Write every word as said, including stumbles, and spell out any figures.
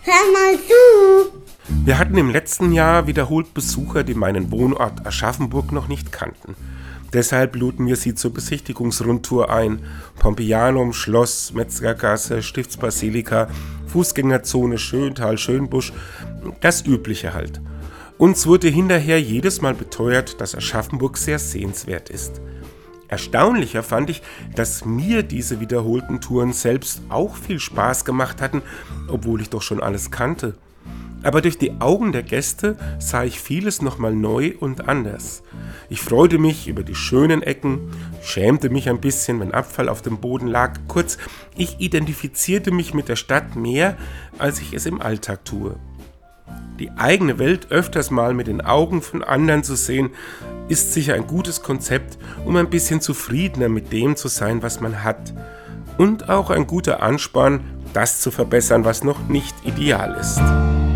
Hör mal zu! Wir hatten im letzten Jahr wiederholt Besucher, die meinen Wohnort Aschaffenburg noch nicht kannten. Deshalb luden wir sie zur Besichtigungsrundtour ein. Pompejanum, Schloss, Metzgergasse, Stiftsbasilika, Fußgängerzone, Schöntal, Schönbusch, das Übliche halt. Uns wurde hinterher jedes Mal beteuert, dass Aschaffenburg sehr sehenswert ist. Erstaunlicher fand ich, dass mir diese wiederholten Touren selbst auch viel Spaß gemacht hatten, obwohl ich doch schon alles kannte. Aber durch die Augen der Gäste sah ich vieles nochmal neu und anders. Ich freute mich über die schönen Ecken, schämte mich ein bisschen, wenn Abfall auf dem Boden lag. Kurz, ich identifizierte mich mit der Stadt mehr, als ich es im Alltag tue. Die eigene Welt öfters mal mit den Augen von anderen zu sehen, ist sicher ein gutes Konzept, um ein bisschen zufriedener mit dem zu sein, was man hat. Und auch ein guter Ansporn, das zu verbessern, was noch nicht ideal ist.